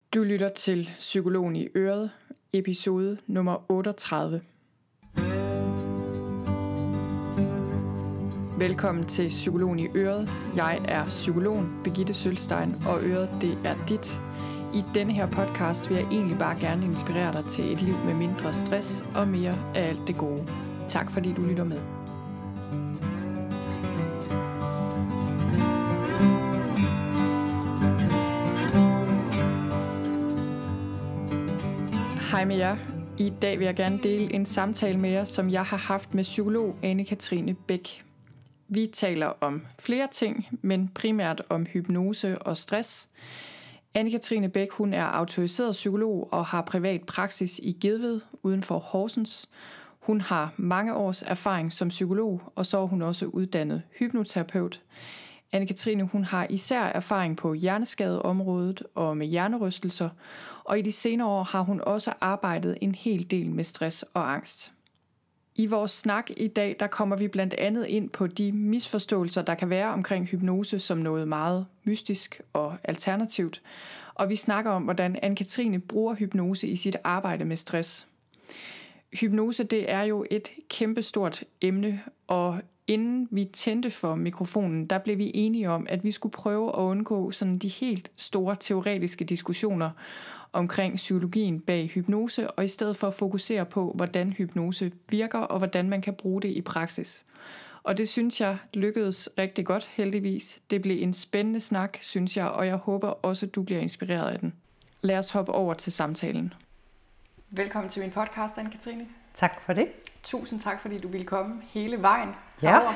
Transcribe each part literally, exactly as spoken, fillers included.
Du lytter til Psykologen i Øret, episode nummer otteogtredive. Velkommen til Psykologen i Øret. Jeg er psykologen Birgitte Sølstein, og Øret, det er dit. I denne her podcast vil jeg egentlig bare gerne inspirere dig til et liv med mindre stress og mere af alt det gode. Tak fordi du lytter med. Hej med jer. I dag vil jeg gerne dele en samtale med jer, som jeg har haft med psykolog Anne-Katrine Bech. Vi taler om flere ting, men primært om hypnose og stress. Anne-Katrine Bech, hun er autoriseret psykolog og har privat praksis i Gedved uden for Horsens. Hun har mange års erfaring som psykolog, og så er hun også uddannet hypnoterapeut. Anne-Katrine, hun har især erfaring på hjerneskadeområdet og med hjernerystelser, og i de senere år har hun også arbejdet en hel del med stress og angst. I vores snak i dag, der kommer vi blandt andet ind på de misforståelser, der kan være omkring hypnose som noget meget mystisk og alternativt, og vi snakker om, hvordan Anne-Katrine bruger hypnose i sit arbejde med stress. Hypnose, det er jo et kæmpestort emne, og inden vi tændte for mikrofonen, der blev vi enige om, at vi skulle prøve at undgå sådan de helt store teoretiske diskussioner omkring psykologien bag hypnose, og i stedet for at fokusere på, hvordan hypnose virker, og hvordan man kan bruge det i praksis. Og det synes jeg lykkedes rigtig godt, heldigvis. Det blev en spændende snak, synes jeg, og jeg håber også, at du bliver inspireret af den. Lad os hoppe over til samtalen. Velkommen til min podcast, Anne-Katrine. Tak for det. Tusind tak, fordi du ville komme hele vejen ja. herover.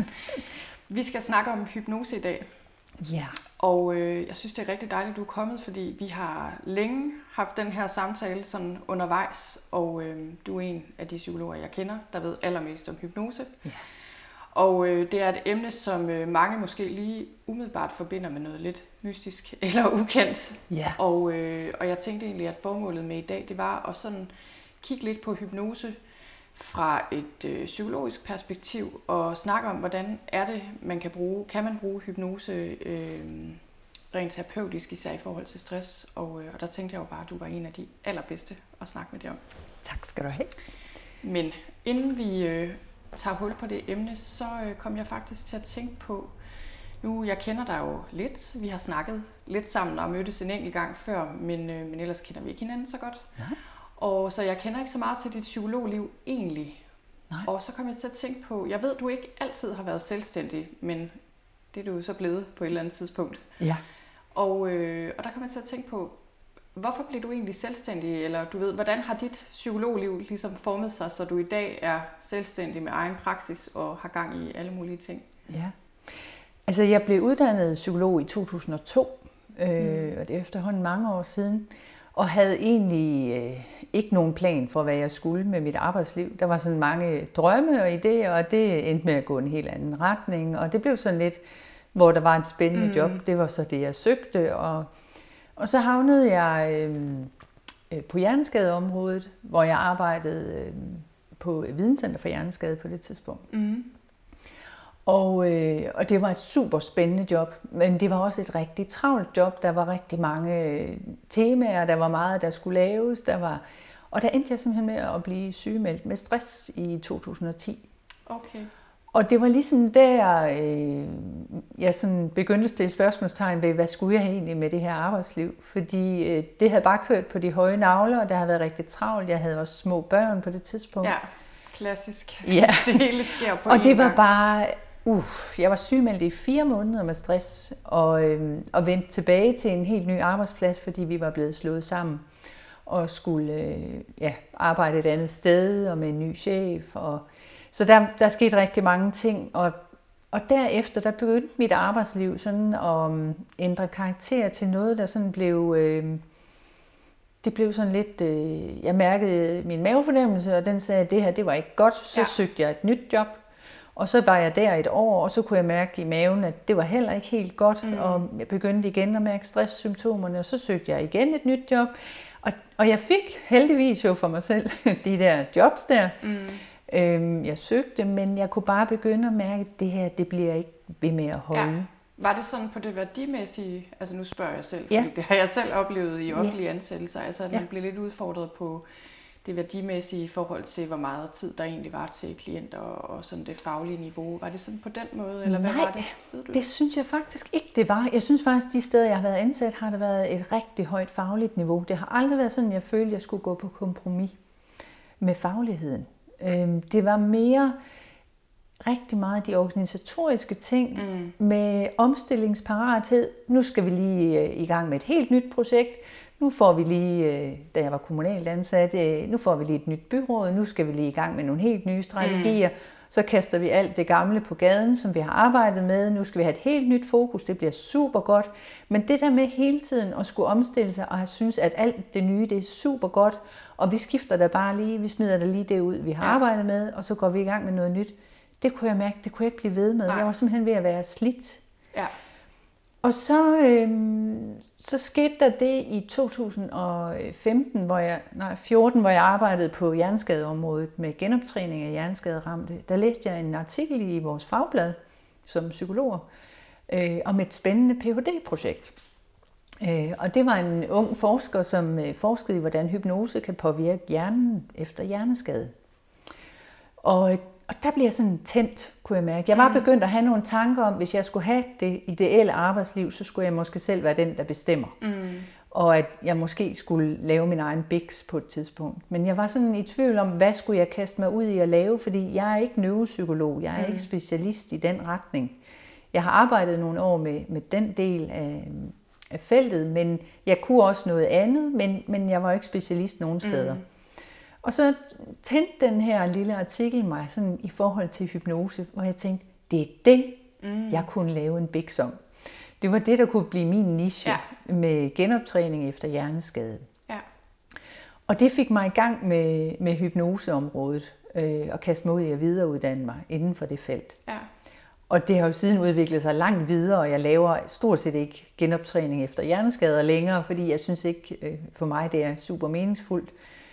Vi skal snakke om hypnose i dag. Ja. Og øh, jeg synes, det er rigtig dejligt, at du er kommet, fordi vi har længe haft den her samtale sådan undervejs, og øh, du er en af de psykologer, jeg kender, der ved allermest om hypnose. Ja. Og øh, det er et emne, som øh, mange måske lige umiddelbart forbinder med noget lidt mystisk eller ukendt. Ja. Og, øh, og jeg tænkte egentlig, at formålet med i dag, det var at sådan kigge lidt på hypnose fra et øh, psykologisk perspektiv og snakke om, hvordan er det, man kan bruge, kan man bruge hypnose øh, rent terapeutisk, især i forhold til stress. Og, øh, og der tænkte jeg jo bare, at du var en af de allerbedste at snakke med dig om. Tak skal du have. Men inden vi øh, tager hul på det emne, så øh, kom jeg faktisk til at tænke på, nu jeg kender dig jo lidt, vi har snakket lidt sammen og mødtes en enkelt gang før, men, øh, men ellers kender vi ikke hinanden så godt. Ja. Og så jeg kender ikke så meget til dit psykologliv egentlig. Nej. Og så kom jeg til at tænke på, jeg ved, du ikke altid har været selvstændig, men det er du jo så blevet på et eller andet tidspunkt. Ja. Og, øh, og der kom jeg til at tænke på, hvorfor blev du egentlig selvstændig? Eller du ved, hvordan har dit psykologliv ligesom formet sig, så du i dag er selvstændig med egen praksis og har gang i alle mulige ting? Ja. Altså, jeg blev uddannet psykolog i to tusind og to, øh, Mm. og det er efterhånden mange år siden. Og havde egentlig øh, ikke nogen plan for, hvad jeg skulle med mit arbejdsliv. Der var sådan mange drømme og idéer, og det endte med at gå en helt anden retning. Og det blev sådan lidt, hvor der var et spændende mm. job. Det var så det, jeg søgte. Og, og så havnede jeg øh, på hjerneskadeområdet, hvor jeg arbejdede øh, på Videnscenter for Hjerneskade på det tidspunkt. Mm. Og, øh, og det var et super spændende job, men det var også et rigtig travlt job. Der var rigtig mange øh, temaer, der var meget, der skulle laves. Der var, og der endte jeg simpelthen med at blive sygemeldt med stress i to tusind og ti. Okay. Og det var ligesom der, øh, jeg sådan begyndte at stille spørgsmålstegn ved, hvad skulle jeg egentlig med det her arbejdsliv? Fordi øh, det havde bare kørt på de høje nagler, og det havde været rigtig travlt. Jeg havde også små børn på det tidspunkt. Ja, klassisk. Ja. Det hele sker på og en det var gang. bare... Uh, jeg var sygemeldt i fire måneder med stress, og, øhm, og vendte tilbage til en helt ny arbejdsplads, fordi vi var blevet slået sammen, og skulle øh, ja, arbejde et andet sted, og med en ny chef. Og, så der, der skete rigtig mange ting, og, og derefter der begyndte mit arbejdsliv sådan at um, ændre karakter til noget, der sådan blev... Øh, det blev sådan lidt... Øh, jeg mærkede min mavefornemmelse, og den sagde, at det her det var ikke godt, så ja. søgte jeg et nyt job. Og så var jeg der et år, og så kunne jeg mærke i maven, at det var heller ikke helt godt, mm. og jeg begyndte igen at mærke stresssymptomerne, og så søgte jeg igen et nyt job. Og, og jeg fik heldigvis jo for mig selv de der jobs der. Mm. Øhm, jeg søgte, men jeg kunne bare begynde at mærke, at det her, det bliver ikke ved med at holde. Var det sådan på det værdimæssige, altså nu spørger jeg selv, Ja. fordi det har jeg selv oplevet i offentlige Ja. ansættelser, altså at Ja. man blev lidt udfordret på det værdimæssige i forhold til, hvor meget tid der egentlig var til klienter og, og sådan det faglige niveau. Var det sådan på den måde, eller hvad Nej, var det? Ved du? Det synes jeg faktisk ikke, det var. Jeg synes faktisk, de steder, jeg har været ansat, har det været et rigtig højt fagligt niveau. Det har aldrig været sådan, jeg følte, jeg skulle gå på kompromis med fagligheden. Det var mere rigtig meget de organisatoriske ting mm. med omstillingsparathed. Nu skal vi lige i gang med et helt nyt projekt. Nu får vi lige, da jeg var kommunalt ansat, nu får vi lige et nyt byråd. Nu skal vi lige i gang med nogle helt nye strategier. Mm. Så kaster vi alt det gamle på gaden, som vi har arbejdet med. Nu skal vi have et helt nyt fokus. Det bliver super godt. Men det der med hele tiden at skulle omstille sig og have synes, at alt det nye, det er super godt. Og vi skifter da bare lige, vi smider da lige det ud, vi har ja. arbejdet med, og så går vi i gang med noget nyt. Det kunne jeg mærke, det kunne jeg ikke blive ved med. Nej. Jeg var simpelthen ved at være slidt. Ja. Og så, øhm, så skete der det i to tusind og femten, hvor jeg, nej, fjorten, hvor jeg arbejdede på hjerneskadeområdet med genoptræning af hjerneskaderamte. Der læste jeg en artikel i vores fagblad som psykologer øh, om et spændende P H D-projekt. Øh, og det var en ung forsker, som øh, forskede i, hvordan hypnose kan påvirke hjernen efter hjerneskade. Og Og der bliver sådan tændt, kunne jeg mærke. Jeg var begyndt at have nogle tanker om, hvis jeg skulle have det ideelle arbejdsliv, så skulle jeg måske selv være den, der bestemmer. Mm. Og at jeg måske skulle lave min egen biks på et tidspunkt. Men jeg var sådan i tvivl om, hvad skulle jeg kaste mig ud i at lave, fordi jeg er ikke neuropsykolog, jeg er mm. ikke specialist i den retning. Jeg har arbejdet nogle år med, med den del af, af feltet, men jeg kunne også noget andet, men, men jeg var ikke specialist nogen steder. Mm. Og så tændte den her lille artikel mig sådan i forhold til hypnose, hvor jeg tænkte, det er det, mm. jeg kunne lave en biks om. Det var det, der kunne blive min niche ja. med genoptræning efter hjerneskade. Ja. Og det fik mig i gang med, med hypnoseområdet øh, og kaste mig ud i at videreuddanne mig inden for det felt. Ja. Og det har jo siden udviklet sig langt videre, og jeg laver stort set ikke genoptræning efter hjerneskader længere, fordi jeg synes ikke, øh, for mig det er super meningsfuldt.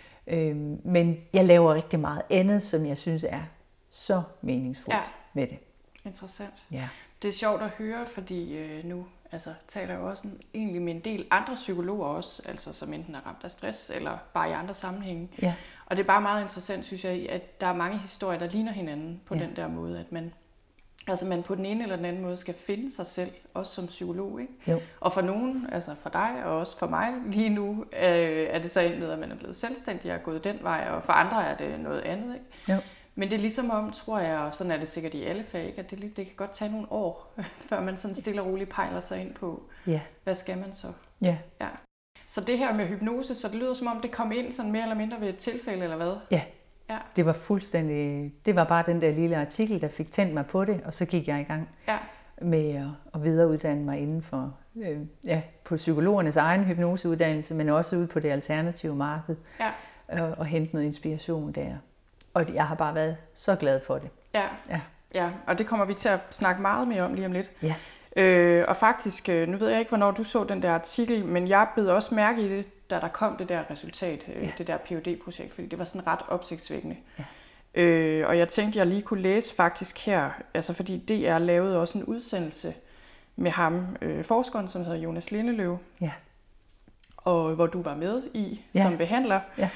Men jeg laver rigtig meget andet, som jeg synes er så meningsfuldt ja. med det. Interessant. Ja. Det er sjovt at høre, fordi øh, nu altså, taler jeg jo også en, egentlig med en del andre psykologer også, altså som enten er ramt af stress, eller bare i andre sammenhænge. Ja. Og det er bare meget interessant, synes jeg, at der er mange historier, der ligner hinanden på ja. den der måde, at man Altså man på den ene eller den anden måde skal finde sig selv, også som psykolog, ikke? Jo. Og for nogen, altså for dig og også for mig lige nu, øh, er det så endt med, at man er blevet selvstændig og er gået den vej, og for andre er det noget andet, ikke? Jo. Men det er ligesom om, tror jeg, og sådan er det sikkert i alle fag, at det, det kan godt tage nogle år, før man sådan stille og roligt pejler sig ind på, ja. hvad skal man så? Ja. ja. Så det her med hypnose, så det lyder som om, det kom ind sådan mere eller mindre ved et tilfælde, eller hvad? Ja. Ja. Det var fuldstændig, det var bare den der lille artikel, der fik tændt mig på det, og så gik jeg i gang ja. med at, at videreuddanne mig inden for, øh, ja, på psykologernes egen hypnoseuddannelse, men også ude på det alternative marked, ja. og, og hente noget inspiration der. Og jeg har bare været så glad for det. Ja, ja. ja. Og det kommer vi til at snakke meget mere om lige om lidt. Ja. Øh, og faktisk, nu ved jeg ikke, hvornår du så den der artikel, men jeg bed også mærke i det, da der kom det der resultat, ja. det der P H D-projekt, fordi det var sådan ret opsigtsvækkende. Ja. Øh, og jeg tænkte, jeg lige kunne læse faktisk her, altså fordi D R lavede også en udsendelse med ham, øh, forskeren, som hedder Jonas Lindeløv, ja. og hvor du var med i ja. som behandler. Ja.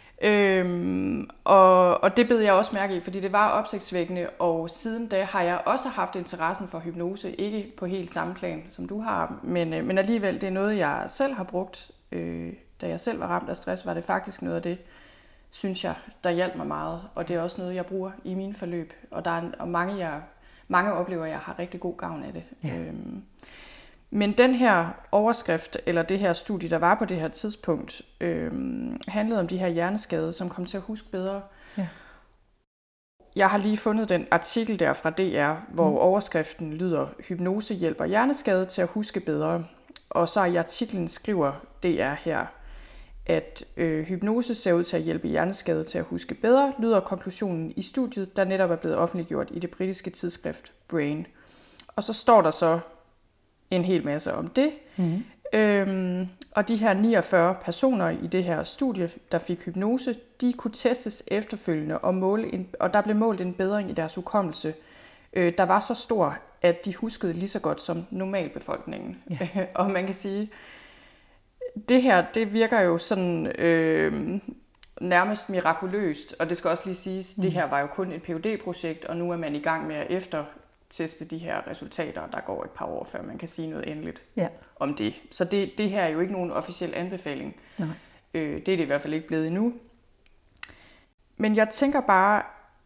Øhm, og, og det bed jeg også mærke i, fordi det var opsigtsvækkende, og siden da har jeg også haft interessen for hypnose, ikke på helt samme plan som du har, men, øh, men alligevel det er noget, jeg selv har brugt. Øh, da jeg selv var ramt af stress, var det faktisk noget af det, synes jeg, der hjalp mig meget, og det er også noget, jeg bruger i mine forløb, og der er og mange, jeg, mange oplever, jeg har rigtig god gavn af det. Ja. Øhm, Men den her overskrift, eller det her studie, der var på det her tidspunkt, øh, handlede om de her hjerneskadede, som kom til at huske bedre. Ja. Jeg har lige fundet den artikel der fra D R, hvor mm. overskriften lyder, hypnose hjælper hjerneskadede til at huske bedre. Og så i artiklen skriver D R her, at øh, hypnose ser ud til at hjælpe hjerneskadede til at huske bedre, lyder konklusionen i studiet, der netop er blevet offentliggjort i det britiske tidsskrift Brain. Og så står der så en hel masse om det. Mm-hmm. Øhm, og de her niogfyrre personer i det her studie, der fik hypnose, de kunne testes efterfølgende, og, måle en, og der blev målt en bedring i deres hukommelse øh, der var så stor, at de huskede lige så godt som normalbefolkningen. Ja. Og man kan sige, det her, det virker jo sådan øh, nærmest mirakuløst, og det skal også lige siges, mm. det her var jo kun et P H D-projekt, og nu er man i gang med at efterteste de her resultater, der går et par år, før man kan sige noget endeligt ja. om det. Så det, det her er jo ikke nogen officiel anbefaling. Nej. Øh, det er det i hvert fald ikke blevet endnu. Men jeg tænker bare,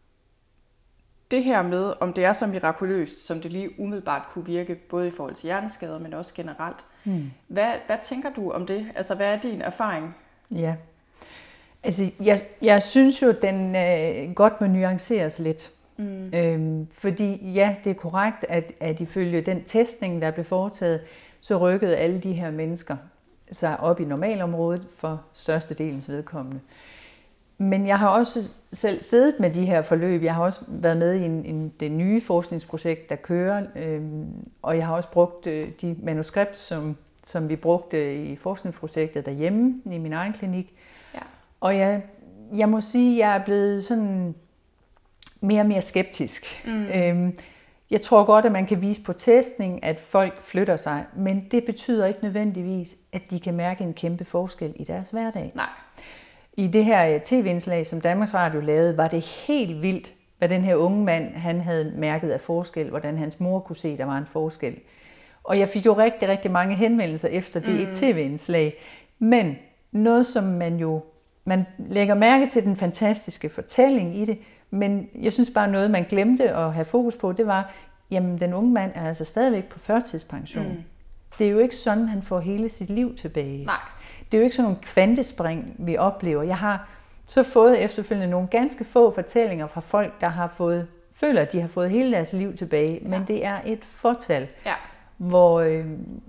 det her med, om det er så mirakuløst, som det lige umiddelbart kunne virke, både i forhold til hjerneskader, men også generelt. Mm. Hvad, hvad tænker du om det? Altså, hvad er din erfaring? Ja, altså, jeg, jeg synes jo, den øh, godt må nuanceres lidt. Mm. Øhm, fordi ja, det er korrekt, at, at ifølge den testning, der blev foretaget, så rykkede alle de her mennesker sig op i normalområdet for størstedelens vedkommende. Men jeg har også selv siddet med de her forløb. Jeg har også været med i en, en, det nye forskningsprojekt, der kører, øhm, og jeg har også brugt øh, de manuskript, som, som vi brugte i forskningsprojektet derhjemme i min egen klinik. Ja. Og jeg, jeg må sige, at jeg er blevet sådan mere og mere skeptisk. Mm. Øhm, jeg tror godt, at man kan vise på testning, at folk flytter sig, men det betyder ikke nødvendigvis, at de kan mærke en kæmpe forskel i deres hverdag. Nej. I det her tv-indslag, som Danmarks Radio lavede, var det helt vildt, hvad den her unge mand han havde mærket af forskel, hvordan hans mor kunne se, at der var en forskel. Og jeg fik jo rigtig, rigtig mange henvendelser efter det mm. et tv-indslag. Men noget, som man jo, man lægger mærke til den fantastiske fortælling i det, men jeg synes bare noget, man glemte at have fokus på, det var, jamen den unge mand er altså stadigvæk på førtidspension. Mm. Det er jo ikke sådan, han får hele sit liv tilbage. Nej. Det er jo ikke sådan nogle kvantespring, vi oplever. Jeg har så fået efterfølgende nogle ganske få fortællinger fra folk, der har fået, føler, at de har fået hele deres liv tilbage. Ja. Men det er et fortal, ja. hvor øh,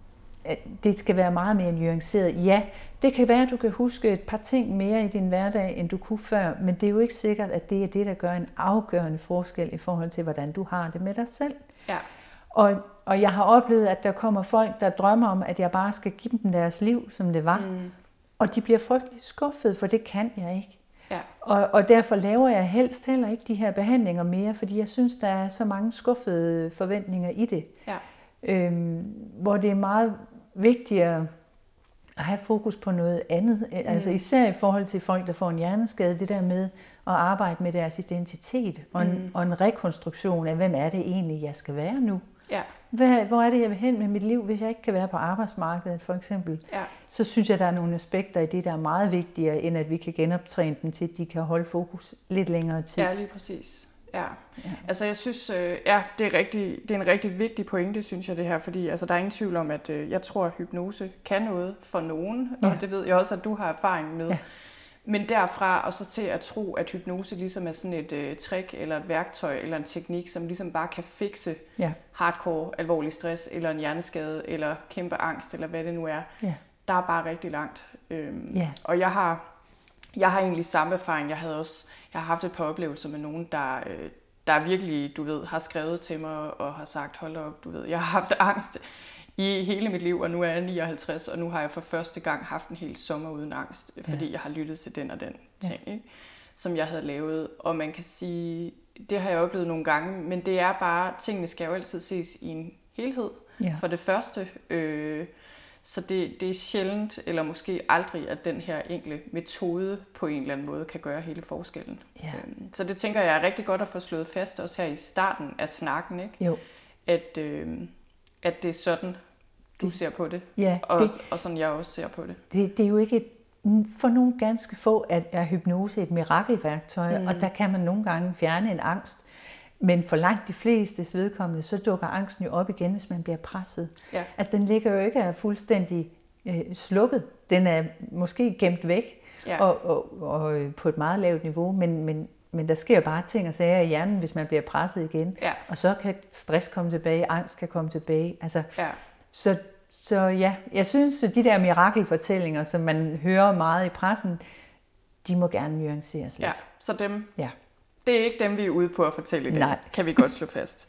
det skal være meget mere nuanceret. Ja, det kan være, at du kan huske et par ting mere i din hverdag, end du kunne før. Men det er jo ikke sikkert, at det er det, der gør en afgørende forskel i forhold til, hvordan du har det med dig selv. Ja. Og, og jeg har oplevet, at der kommer folk, der drømmer om, at jeg bare skal give dem deres liv, som det var. Mm. Og de bliver frygtelig skuffet, for det kan jeg ikke. Ja. Og, og derfor laver jeg helst heller ikke de her behandlinger mere, fordi jeg synes, der er så mange skuffede forventninger i det. Ja. Øhm, hvor det er meget vigtigere at have fokus på noget andet. Mm. Altså især i forhold til folk, der får en hjerneskade, det der med at arbejde med deres identitet og en, mm. og en rekonstruktion af, hvem er det egentlig, jeg skal være nu. Ja. Hvad, hvor er det, jeg vil hen med mit liv, hvis jeg ikke kan være på arbejdsmarkedet, for eksempel? Ja. Så synes jeg, der er nogle aspekter i det, der er meget vigtigere, end at vi kan genoptræne dem til, at de kan holde fokus lidt længere tid. Ja, lige præcis. Ja. Ja. Altså jeg synes, øh, ja, det er, rigtig, det er en rigtig vigtig pointe, synes jeg det her, fordi altså, der er ingen tvivl om, at øh, jeg tror, at hypnose kan noget for nogen, ja. Og det ved jeg også, at du har erfaring med. Ja. Men derfra og så til at tro, at hypnose ligesom er sådan et øh, trick eller et værktøj eller en teknik, som ligesom bare kan fikse ja. hardcore, alvorlig stress eller en hjerneskade eller kæmpe angst eller hvad det nu er, ja. Der er bare rigtig langt. Øhm, ja. Og jeg har, jeg har egentlig samme erfaring. Jeg havde også, jeg har haft et par oplevelser med nogen, der, øh, der virkelig, du ved, har skrevet til mig og har sagt, hold op, du ved, jeg har haft angst i hele mit liv, og nu er jeg nioghalvtreds, og nu har jeg for første gang haft en hel sommer uden angst, fordi ja. Jeg har lyttet til den og den ting, ja. Ikke? Som jeg havde lavet. Og man kan sige, det har jeg oplevet nogle gange, men det er bare, tingene skal jo altid ses i en helhed. Ja. For det første, øh, så det, det er sjældent, eller måske aldrig, at den her enkle metode på en eller anden måde kan gøre hele forskellen. Ja. Øhm, så det tænker jeg er rigtig godt at få slået fast, også her i starten af snakken, ikke? Jo. At, øh, at det er sådan, du ser på det, ja, og, det, og sådan jeg også ser på det. Det, det er jo ikke et, for nogle ganske få, at er hypnose et mirakelværktøj, mm. og der kan man nogle gange fjerne en angst. Men for langt de fleste vedkommende, så dukker angsten jo op igen, hvis man bliver presset. Ja. Altså den ligger jo ikke fuldstændig øh, slukket. Den er måske gemt væk, ja. og, og, og på et meget lavt niveau, men, men, men der sker bare ting og sager i hjernen, hvis man bliver presset igen. Ja. Og så kan stress komme tilbage, angst kan komme tilbage. Altså, ja. Så, så ja, jeg synes, at de der mirakelfortællinger, som man hører meget i pressen, de må gerne nuanceres lidt. Ja, så dem, ja. Det er ikke dem, vi er ude på at fortælle i dag, Nej. Kan vi godt slå fast.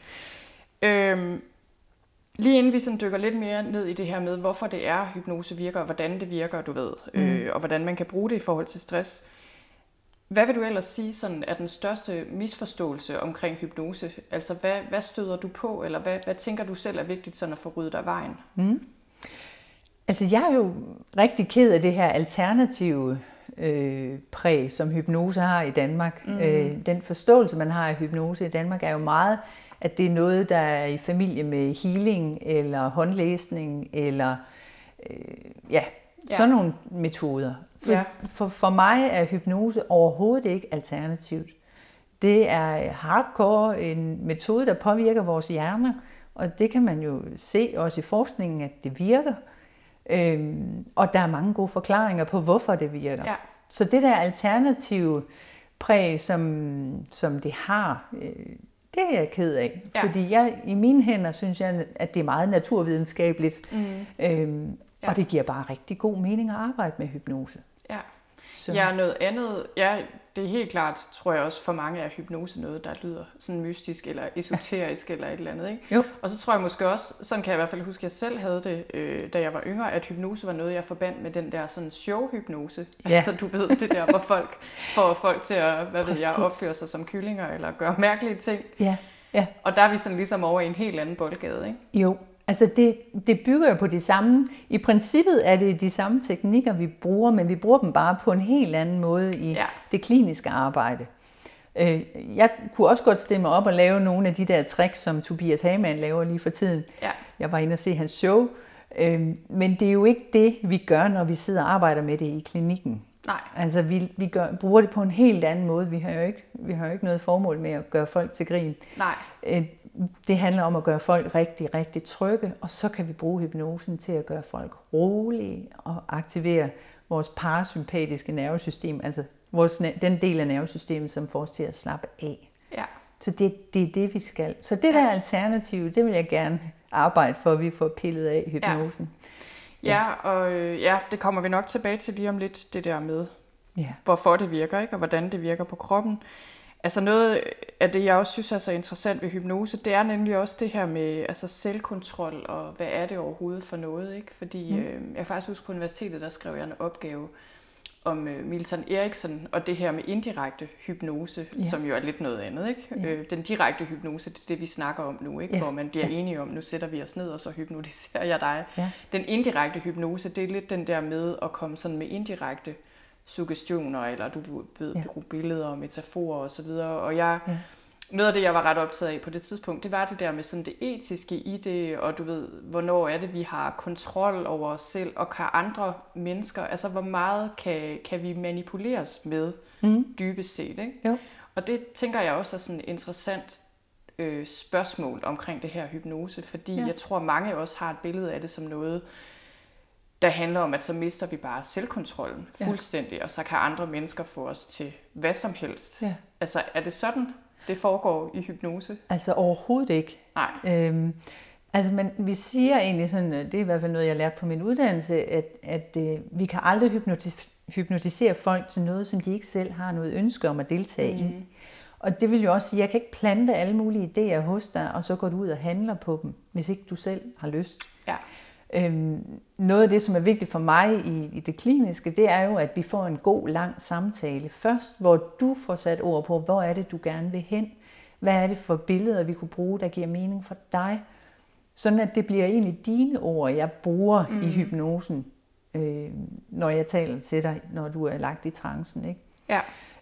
øhm, lige inden vi sådan dykker lidt mere ned i det her med, hvorfor det er, hypnose virker, og hvordan det virker, du ved, mm. øh, og hvordan man kan bruge det i forhold til stress. Hvad vil du ellers sige sådan, er den største misforståelse omkring hypnose? Altså, hvad, hvad støder du på, eller hvad, hvad tænker du selv er vigtigt sådan at få ryddet af vejen? Mm. Altså, jeg er jo rigtig ked af det her alternative øh, præg, som hypnose har i Danmark. Mm. Øh, den forståelse, man har af hypnose i Danmark, er jo meget, at det er noget, der er i familie med healing, eller håndlæsning, eller øh, ja, ja, sådan nogle metoder. For, ja. for, for mig er hypnose overhovedet ikke alternativt. Det er hardcore en metode, der påvirker vores hjerner, og det kan man jo se også i forskningen, at det virker. Øhm, og der er mange gode forklaringer på, hvorfor det virker. Ja. Så det der alternative præg, som, som det har, øh, det er jeg ked af. Ja. Fordi jeg, i mine hænder synes jeg, at det er meget naturvidenskabeligt. Mm. Øhm, ja. Og det giver bare rigtig god mening at arbejde med hypnose. Ja, så. Ja, noget andet, ja, det er helt klart, tror jeg også for mange er hypnose noget, der lyder sådan mystisk eller esoterisk ja. eller et eller andet, ikke? Jo. Og så tror jeg måske også, sådan kan jeg i hvert fald huske, at jeg selv havde det, øh, da jeg var yngre, at hypnose var noget, jeg forbandt med den der sådan showhypnose. Ja. Altså du ved, det der, hvor folk får folk til at, hvad ved jeg, opføre sig som kyllinger eller gøre mærkelige ting. Ja. Ja. Og der er vi sådan ligesom over i en helt anden boldgade, ikke? Jo. Altså det, det bygger jo på det samme. I princippet er det de samme teknikker, vi bruger, men vi bruger dem bare på en helt anden måde i ja. det kliniske arbejde. Jeg kunne også godt stemme op og lave nogle af de der tricks, som Tobias Hamann laver lige for tiden. Ja. Jeg var inde og se hans show, men det er jo ikke det, vi gør, når vi sidder og arbejder med det i klinikken. Nej. Altså vi, vi gør, bruger det på en helt anden måde. Vi har jo ikke, vi har jo ikke noget formål med at gøre folk til grin. Nej. Det handler om at gøre folk rigtig, rigtig trygge, og så kan vi bruge hypnosen til at gøre folk rolige og aktivere vores parasympatiske nervesystem, altså vores, den del af nervesystemet, som får os til at slappe af. Ja. Så det, det er det, vi skal. Så det der alternativ, det vil jeg gerne arbejde for, at vi får pillet af hypnosen. Ja, ja og øh, ja, det kommer vi nok tilbage til lige om lidt, det der med, ja. hvorfor det virker, ikke, og hvordan det virker på kroppen. Altså noget af det, jeg også synes er så interessant ved hypnose, det er nemlig også det her med altså selvkontrol, og hvad er det overhovedet for noget, ikke? Fordi mm. øh, jeg kan faktisk huske på universitetet, der skrev jeg en opgave om øh, Milton Erickson, og det her med indirekte hypnose, ja. som jo er lidt noget andet, ikke? Ja. Øh, den direkte hypnose, det er det, vi snakker om nu, ikke? Ja. Hvor man bliver ja. enige om, nu sætter vi os ned, og så hypnotiserer jeg dig. Ja. Den indirekte hypnose, det er lidt den der med at komme sådan med indirekte suggestioner, eller du ved, ja. bruge billeder og metaforer og så videre. Og jeg, ja. noget af det, jeg var ret optaget af på det tidspunkt, det var det der med sådan det etiske i det, og du ved, hvornår er det, vi har kontrol over os selv, og kan andre mennesker, altså hvor meget kan, kan vi manipuleres med mm. dybest set, ikke? Jo. Og det tænker jeg også er sådan et interessant øh, spørgsmål omkring det her hypnose, fordi ja. jeg tror, mange også har et billede af det som noget, der handler om, at så mister vi bare selvkontrollen ja. fuldstændig, og så kan andre mennesker få os til hvad som helst. Ja. Altså, er det sådan, det foregår i hypnose? Altså overhovedet ikke. Nej. Øhm, altså, man, vi siger egentlig sådan, det er i hvert fald noget, jeg lærte på min uddannelse, at, at øh, vi kan aldrig hypnotis- hypnotisere folk til noget, som de ikke selv har noget ønske om at deltage mm. i. Og det vil jo også sige, at jeg kan ikke plante alle mulige idéer hos dig, og så går du ud og handler på dem, hvis ikke du selv har lyst. Ja. Øhm, noget af det, som er vigtigt for mig i, i det kliniske, det er jo, at vi får en god, lang samtale først, hvor du får sat ord på, hvor er det, du gerne vil hen? Hvad er det for billeder, vi kunne bruge, der giver mening for dig? Sådan at det bliver egentlig dine ord, jeg bruger mm. i hypnosen, øh, når jeg taler til dig, når du er lagt i trancen, ikke? Ja.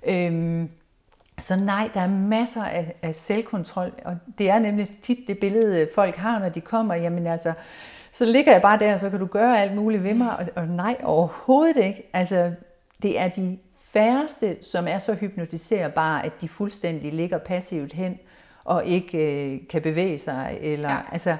Øhm, Så nej, der er masser af, af selvkontrol, og det er nemlig tit det billede, folk har, når de kommer, jamen altså, så ligger jeg bare der, og så kan du gøre alt muligt ved mig, og, og nej, overhovedet ikke. Altså, det er de færreste, som er så hypnotiserbare, at de fuldstændig ligger passivt hen, og ikke øh, kan bevæge sig, eller, ja. altså,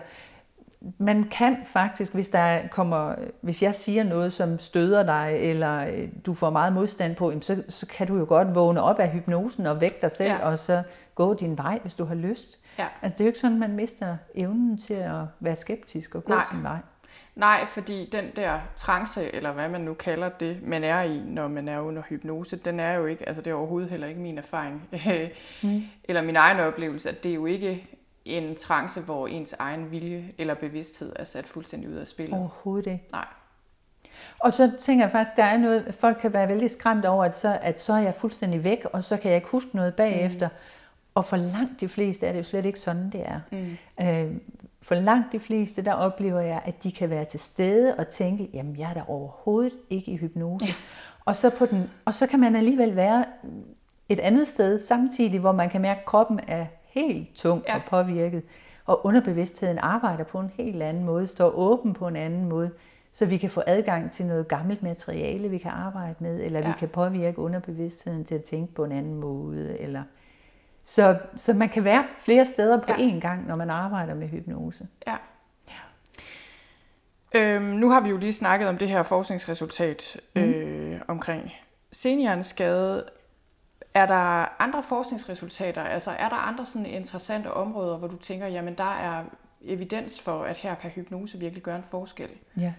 man kan faktisk, hvis der kommer, hvis jeg siger noget, som støder dig, eller du får meget modstand på, så, så kan du jo godt vågne op af hypnosen og vække dig selv, ja. og så gå din vej, hvis du har lyst. Ja. Altså det er jo ikke sådan, at man mister evnen til at være skeptisk og gå Nej. sin vej. Nej, fordi den der trance, eller hvad man nu kalder det, man er i, når man er under hypnose, den er jo ikke, altså det er overhovedet heller ikke min erfaring, mm. eller min egen oplevelse, at det er jo ikke en trance, hvor ens egen vilje eller bevidsthed er sat fuldstændig ud af spillet. Overhovedet ikke. Nej. Og så tænker jeg faktisk, der er noget, folk kan være vældig skræmt over, at så, at så er jeg fuldstændig væk, og så kan jeg ikke huske noget bagefter. Mm. Og for langt de fleste er det jo slet ikke sådan, det er. Mm. Øh, for langt de fleste, der oplever jeg, at de kan være til stede og tænke, jamen jeg er da overhovedet ikke i hypnose. Ja. Og, så på den, og så kan man alligevel være et andet sted samtidig, hvor man kan mærke, at kroppen er helt tung ja. og påvirket. Og underbevidstheden arbejder på en helt anden måde, står åben på en anden måde, så vi kan få adgang til noget gammelt materiale, vi kan arbejde med, eller ja. vi kan påvirke underbevidstheden til at tænke på en anden måde. Eller så, så man kan være flere steder på én ja. gang, når man arbejder med hypnose. Ja. ja. Øhm, nu har vi jo lige snakket om det her forskningsresultat mm. øh, omkring senhjerneskade. Er der andre forskningsresultater, altså er der andre sådan interessante områder, hvor du tænker, jamen der er evidens for, at her kan hypnose virkelig gøre en forskel? Ja.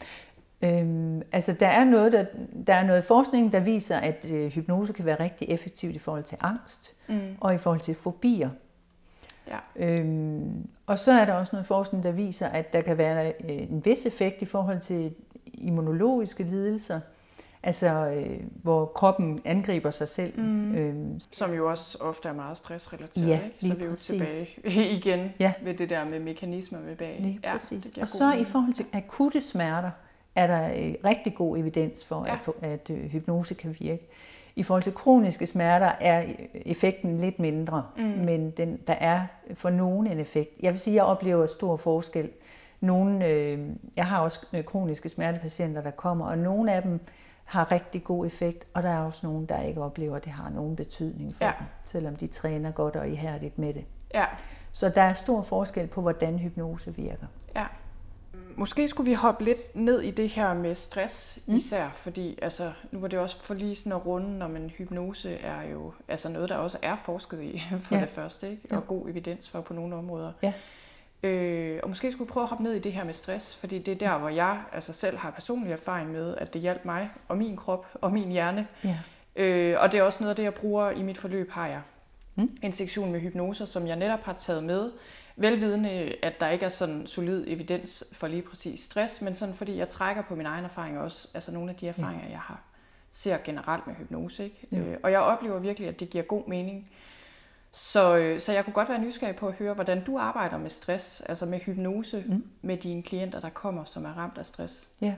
Øhm, altså der er, noget, der, der er noget forskning, der viser, at øh, hypnose kan være rigtig effektivt i forhold til angst mm. og i forhold til fobier. Ja. Øhm, og så er der også noget forskning, der viser, at der kan være øh, en vis effekt i forhold til immunologiske lidelser, altså øh, hvor kroppen angriber sig selv. Mm. Øhm. Som jo også ofte er meget stressrelateret, ja, ikke? Så vi er jo tilbage igen ja. ved det der med mekanismer med bag. Lige ja, præcis. Og så i forhold til akutte smerter, er der øh, rigtig god evidens for, ja. at, at øh, hypnose kan virke. I forhold til kroniske smerter er effekten lidt mindre, mm. men den, der er for nogen en effekt. Jeg vil sige, at jeg oplever stor forskel. Nogle, øh, jeg har også kroniske smertepatienter, der kommer, og nogle af dem har rigtig god effekt, og der er også nogen, der ikke oplever, at det har nogen betydning for ja. dem, selvom de træner godt og ihærdigt med det. Ja. Så der er stor forskel på, hvordan hypnose virker. Ja. Måske skulle vi hoppe lidt ned i det her med stress mm. især, fordi altså, nu var det også for lige sådan at runde, når man hypnose er jo altså noget, der også er forsket i for ja. det første, ikke? Og ja. god evidens for på nogle områder. Ja. Øh, og måske skulle vi prøve at hoppe ned i det her med stress, fordi det er der, hvor jeg altså selv har personlig erfaring med, at det hjalp mig og min krop og min hjerne. Ja. Øh, og det er også noget af det, jeg bruger i mit forløb, har jeg mm. en sektion med hypnoser, som jeg netop har taget med, velvidende, at der ikke er sådan solid evidens for lige præcis stress, men sådan fordi jeg trækker på min egen erfaring også, altså nogle af de erfaringer, ja. jeg har ser generelt med hypnose, ikke? Ja. Øh, og jeg oplever virkelig, at det giver god mening. Så, så jeg kunne godt være nysgerrig på at høre, hvordan du arbejder med stress, altså med hypnose, mm. med dine klienter, der kommer, som er ramt af stress. Ja.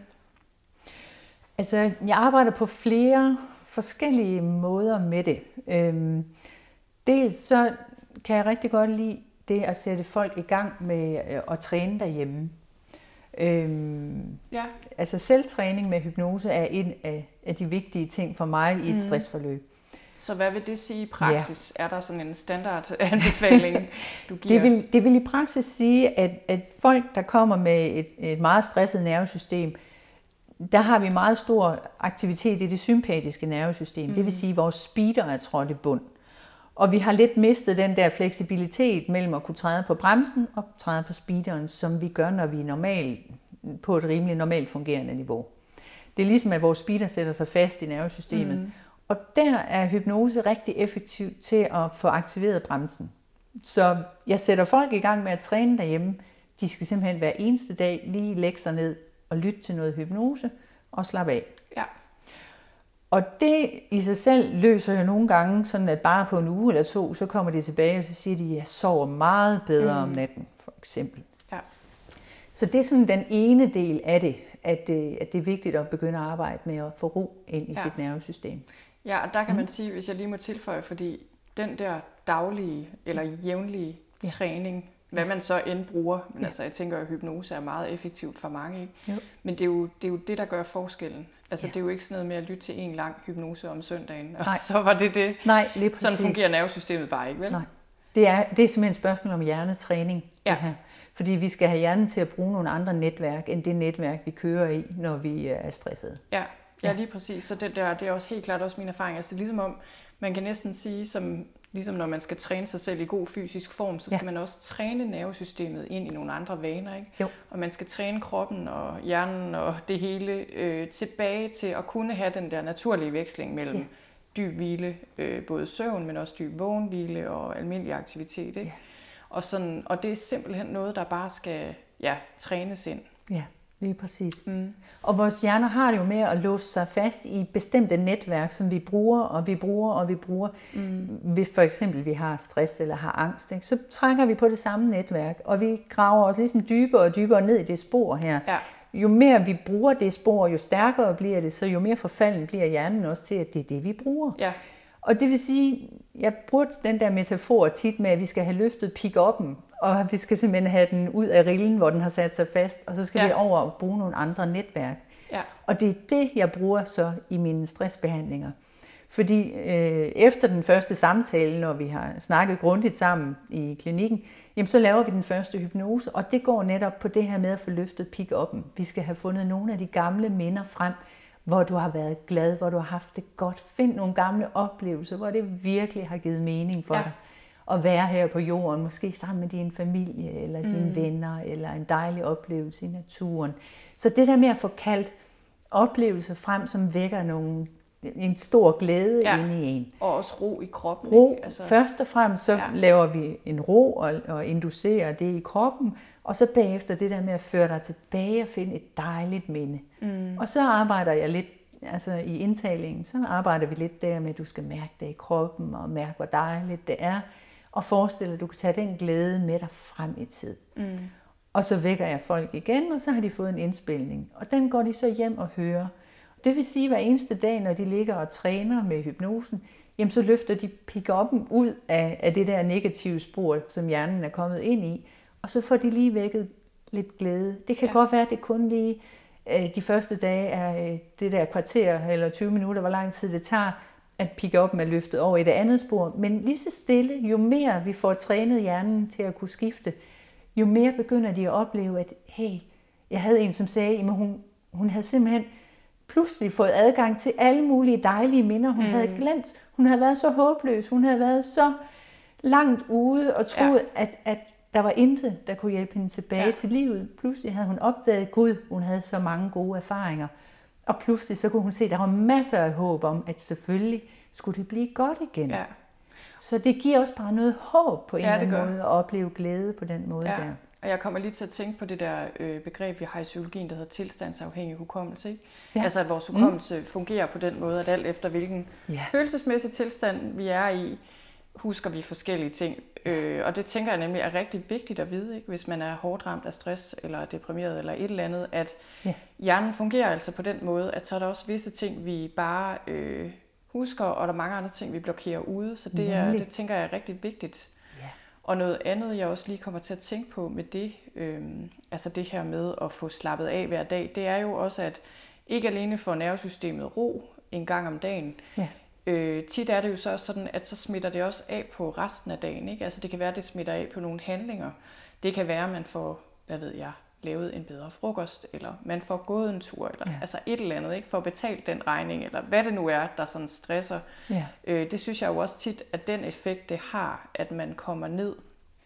Altså, jeg arbejder på flere forskellige måder med det. Øhm, dels så kan jeg rigtig godt lide det at sætte folk i gang med at træne derhjemme. Øhm, ja. Altså selvtræning med hypnose er en af, af de vigtige ting for mig i et mm. stressforløb. Så hvad vil det sige i praksis? Ja. Er der sådan en standardanbefaling, du giver? Det vil, det vil i praksis sige, at, at folk, der kommer med et, et meget stresset nervesystem, der har vi meget stor aktivitet i det sympatiske nervesystem. Mm. Det vil sige, at vores speeder er trådt i bund. Og vi har lidt mistet den der fleksibilitet mellem at kunne træde på bremsen og træde på speederen, som vi gør, når vi er normal, på et rimelig normalt fungerende niveau. Det er ligesom, at vores speeder sætter sig fast i nervesystemet. Mm. Og der er hypnose rigtig effektiv til at få aktiveret bremsen. Så jeg sætter folk i gang med at træne derhjemme. De skal simpelthen hver eneste dag lige lægge sig ned og lytte til noget hypnose og slappe af. Ja. Og det i sig selv løser jo nogle gange, sådan at bare på en uge eller to, så kommer de tilbage, og så siger de, at jeg sover meget bedre mm. om natten, for eksempel. Ja. Så det er sådan den ene del af det, at det, at det er vigtigt at begynde at arbejde med at få ro ind i ja. sit nervesystem. Ja, og der kan man sige, hvis jeg lige må tilføje, fordi den der daglige eller jævnlige ja. træning, hvad man så end bruger, men ja. altså jeg tænker, at hypnose er meget effektivt for mange, ikke? Jo. Men det er, jo, det er jo det, der gør forskellen. Altså ja. det er jo ikke sådan noget med at lytte til en lang hypnose om søndagen, og Nej. så var det det. Nej, lige præcis. Sådan fungerer nervesystemet bare ikke, vel? Nej. Det er, det er simpelthen et spørgsmål om hjernetræning. Ja. Det her. Fordi vi skal have hjernen til at bruge nogle andre netværk, end det netværk, vi kører i, når vi er stressede. Ja, ja lige præcis. Så det, der, det er også helt klart også min erfaring. Altså ligesom om, man kan næsten sige, som, ligesom når man skal træne sig selv i god fysisk form, så skal ja. man også træne nervesystemet ind i nogle andre vaner, ikke? Jo. Og man skal træne kroppen og hjernen og det hele øh, tilbage til at kunne have den der naturlige veksling mellem ja. dyb hvile, øh, både søvn, men også dyb vågenhvile og almindelig aktivitet, ikke? Ja. Og, sådan, og det er simpelthen noget, der bare skal ja, trænes ind. Ja, Lige præcis. Mm. Og vores hjerner har det jo med at låse sig fast i bestemte netværk, som vi bruger, og vi bruger, og vi bruger. Mm. Hvis for eksempel vi har stress eller har angst, ikke, så trækker vi på det samme netværk, og vi graver os ligesom dybere og dybere ned i det spor her. Ja. Jo mere vi bruger det spor, jo stærkere bliver det, så jo mere forfalden bliver hjernen også til, at det er det, vi bruger. Ja. Og det vil sige, jeg bruger den der metafor tit med, at vi skal have løftet pick-up'en, og vi skal simpelthen have den ud af rillen, hvor den har sat sig fast, og så skal ja. vi over og bruge nogle andre netværk. Ja. Og det er det, jeg bruger så i mine stressbehandlinger. Fordi øh, efter den første samtale, når vi har snakket grundigt sammen i klinikken, jamen så laver vi den første hypnose, og det går netop på det her med at få løftet pick-up'en. Vi skal have fundet nogle af de gamle minder frem, hvor du har været glad, hvor du har haft det godt. Find nogle gamle oplevelser, hvor det virkelig har givet mening for ja. dig at være her på jorden, måske sammen med din familie, eller dine mm. venner, eller en dejlig oplevelse i naturen. Så det der med at få kaldt oplevelser frem, som vækker nogle, en stor glæde ja. inde i en. Og også ro i kroppen. Ro. Altså... Først og fremmest så ja. laver vi en ro og, og inducerer det i kroppen, og så bagefter det der med at føre dig tilbage og finde et dejligt minde. Mm. Og så arbejder jeg lidt, altså i indtalingen, så arbejder vi lidt der med, at du skal mærke det i kroppen, og mærke, hvor dejligt det er, og forestille dig, at du kan tage den glæde med dig frem i tid. Mm. Og så vækker jeg folk igen, og så har de fået en indspilning. Og den går de så hjem og hører. Det vil sige, at hver eneste dag, når de ligger og træner med hypnosen, jamen så løfter de pick-up'en ud af, af det der negative spor, som hjernen er kommet ind i, og så får de lige vækket lidt glæde. Det kan ja. godt være, at det kun lige øh, de første dage er øh, det der kvarter eller tyve minutter, hvor lang tid det tager, at pick-up'en er løftet over i det andet spor. Men lige så stille, jo mere vi får trænet hjernen til at kunne skifte, jo mere begynder de at opleve, at hey, jeg havde en, som sagde, at hun, hun havde simpelthen pludselig fået adgang til alle mulige dejlige minder, hun mm. havde glemt. Hun havde været så håbløs, hun havde været så langt ude og troet, ja. at, at der var intet, der kunne hjælpe hende tilbage ja. til livet. Pludselig havde hun opdaget, Gud, hun havde så mange gode erfaringer. Og pludselig så kunne hun se, at der var masser af håb om, at selvfølgelig skulle det blive godt igen. Ja. Så det giver også bare noget håb på en ja, eller anden måde, at opleve glæde på den måde ja. der. Og jeg kommer lige til at tænke på det der øh, begreb, vi har i psykologien, der hedder tilstandsafhængig hukommelse. Ikke? Ja. Altså at vores hukommelse mm. fungerer på den måde, at alt efter hvilken ja. følelsesmæssig tilstand vi er i, husker vi forskellige ting. Øh, og det tænker jeg nemlig er rigtig vigtigt at vide, ikke? Hvis man er hårdt ramt af stress eller deprimeret eller et eller andet, at ja. hjernen fungerer altså på den måde, at så er der også visse ting, vi bare øh, husker, og der er mange andre ting, vi blokerer ude. Så det, er, det tænker jeg er rigtig vigtigt. Ja. Og noget andet, jeg også lige kommer til at tænke på med det, øh, altså det her med at få slappet af hver dag, det er jo også, at ikke alene får nervesystemet ro en gang om dagen. Ja. Øh, tit er det jo så sådan, at så smitter det også af på resten af dagen. Ikke? Altså det kan være, at det smitter af på nogle handlinger. Det kan være, at man får, hvad ved jeg, lavet en bedre frokost, eller man får gået en tur, eller ja. altså et eller andet, ikke? For at betale den regning, eller hvad det nu er, der sådan stresser. Ja. Øh, det synes jeg jo også tit, at den effekt, det har, at man kommer ned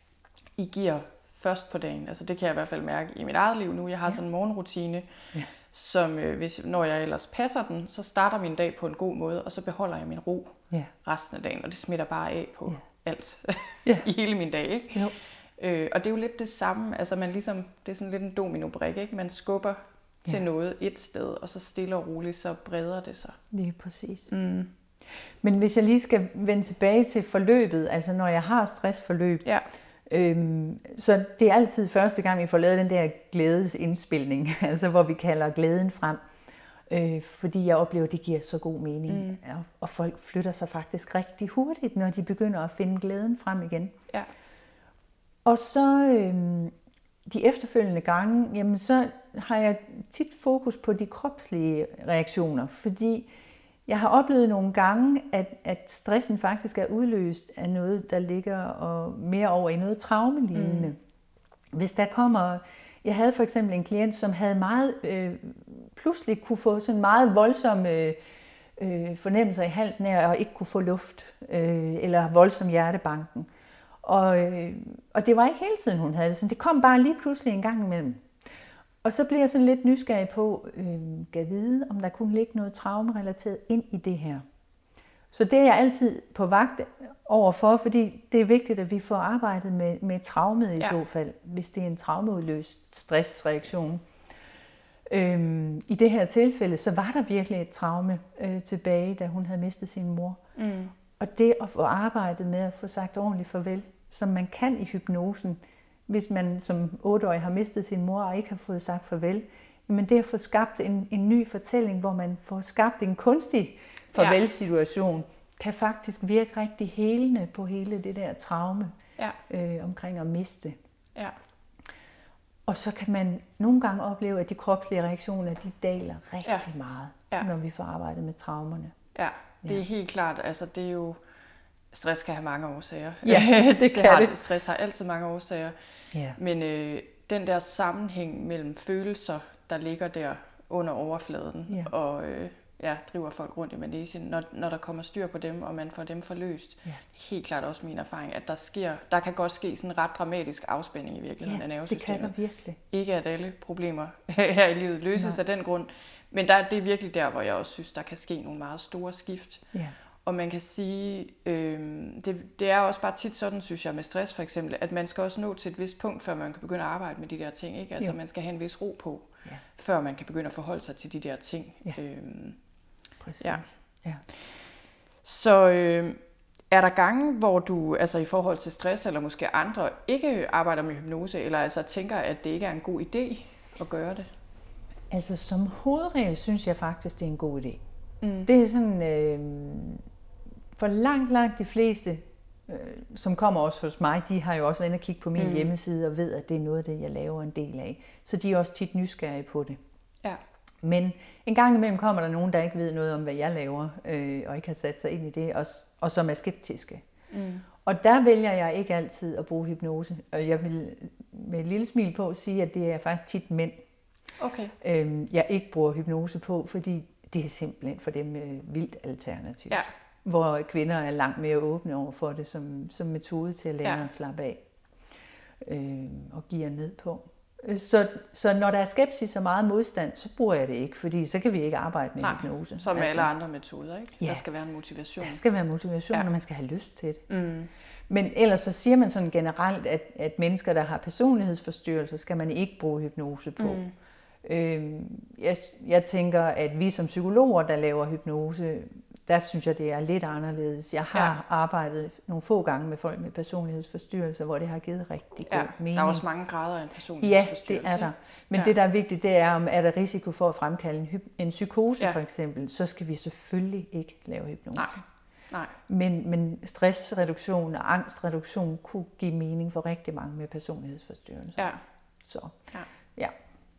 i gear først på dagen. Altså det kan jeg i hvert fald mærke i mit eget liv nu. Jeg har ja. sådan en morgenrutine, ja. som øh, hvis, når jeg ellers passer den, så starter min dag på en god måde, og så beholder jeg min ro ja. resten af dagen, og det smitter bare af på ja. alt ja. i hele min dag, ikke? Jo. Øh, og det er jo lidt det samme, altså man ligesom, det er sådan lidt en dominobrik, ikke? Man skubber ja. til noget et sted, og så stille og roligt, så breder det sig. Lige præcis. Mm. Men hvis jeg lige skal vende tilbage til forløbet, altså når jeg har stressforløb, ja. øhm, så det er altid første gang, vi får lavet den der glædesindspilning, altså hvor vi kalder glæden frem. Øh, fordi jeg oplever, at det giver så god mening, mm. og, og folk flytter sig faktisk rigtig hurtigt, når de begynder at finde glæden frem igen. Ja. Og så øhm, de efterfølgende gange, jamen så har jeg tit fokus på de kropslige reaktioner, fordi jeg har oplevet nogle gange, at, at stressen faktisk er udløst af noget, der ligger og mere over i noget traumelignende. Mm. Hvis der kommer, jeg havde for eksempel en klient, som havde meget, øh, pludselig kunne få sådan meget voldsomme øh, fornemmelser i halsen af, og ikke kunne få luft, øh, eller voldsom hjertebanken. Og, øh, og det var ikke hele tiden, hun havde det. Så det kom bare lige pludselig en gang imellem. Og så blev jeg sådan lidt nysgerrig på, øh, gav vide, om der kunne ligge noget traumerelateret ind i det her. Så det er jeg altid på vagt overfor, fordi det er vigtigt, at vi får arbejdet med, med traumet i ja. så fald, hvis det er en traumeudløst stressreaktion. Øhm, I det her tilfælde, så var der virkelig et traume øh, tilbage, da hun havde mistet sin mor. Mm. Og det at få arbejdet med at få sagt ordentligt farvel, som man kan i hypnosen, hvis man som otteårig har mistet sin mor og ikke har fået sagt farvel, men det at få skabt en, en ny fortælling, hvor man får skabt en kunstig farvelsituation, ja. kan faktisk virke rigtig helende på hele det der traume ja. øh, omkring at miste. Ja. Og så kan man nogle gange opleve, at de kropslige reaktioner, de daler rigtig ja. meget, ja. når vi får arbejdet med traumerne. Ja, det er ja. helt klart. Altså, det er jo... Stress kan have mange årsager. Ja, det kan det. Har, det. Stress har altid mange årsager. Ja. Men øh, den der sammenhæng mellem følelser, der ligger der under overfladen, ja. og øh, ja, driver folk rundt i manesien, når, når der kommer styr på dem, og man får dem forløst. Ja. Helt klart også min erfaring, at der sker, der kan godt ske sådan en ret dramatisk afspænding i virkeligheden ja, af nervesystemet. Det kan der virkelig. Ikke at alle problemer her i livet løses Nej. af den grund, men der, det er virkelig der, hvor jeg også synes, der kan ske nogle meget store skift. Ja. Og man kan sige, øh, det, det er også bare tit sådan, synes jeg, med stress for eksempel, at man skal også nå til et vist punkt, før man kan begynde at arbejde med de der ting. Ikke? Altså jo. man skal have en vis ro på, ja. før man kan begynde at forholde sig til de der ting. Ja. Øhm, Præcis. Ja. Ja. Så øh, er der gange, hvor du altså i forhold til stress, eller måske andre, ikke arbejder med hypnose, eller altså tænker, at det ikke er en god idé at gøre det? Altså som hovedregel synes jeg faktisk, det er en god idé. Mm. Det er sådan... Øh, For langt, langt de fleste, øh, som kommer også hos mig, de har jo også været inde og kigge på min mm. hjemmeside og ved, at det er noget af det, jeg laver en del af. Så de er også tit nysgerrige på det. Ja. Men en gang imellem kommer der nogen, der ikke ved noget om, hvad jeg laver, øh, og ikke har sat sig ind i det, og, og som er skeptiske. Mm. Og der vælger jeg ikke altid at bruge hypnose. Og jeg vil med et lille smil på sige, at det er faktisk tit mænd, okay. øh, jeg ikke bruger hypnose på, fordi det er simpelthen for dem øh, vildt alternativt. Ja. Hvor kvinder er langt mere åbne over for det som, som metode til at lære ja. at slappe af øh, og give ned på. Så, så når der er skepsis og meget modstand, så bruger jeg det ikke, fordi så kan vi ikke arbejde med Nej, hypnose. som med altså, alle andre metoder, ikke? Ja, der skal være en motivation. Der skal være motivation, ja. og man skal have lyst til det. Mm. Men ellers så siger man sådan generelt, at, at mennesker, der har personlighedsforstyrrelser, skal man ikke bruge hypnose på. Mm. Øh, jeg, jeg tænker, at vi som psykologer, der laver hypnose, der synes jeg, det er lidt anderledes. Jeg har ja. arbejdet nogle få gange med folk med personlighedsforstyrrelser, hvor det har givet rigtig god ja, mening. Der er også mange grader af en personlighedsforstyrrelse. Ja, det er der. Men ja. det, der er vigtigt, det er, om er der risiko for at fremkalde en, hy- en psykose ja. for eksempel, så skal vi selvfølgelig ikke lave hypnose. Nej. Nej. Men, men stressreduktion og angstreduktion kunne give mening for rigtig mange med personlighedsforstyrrelser. Ja. Så, ja. ja.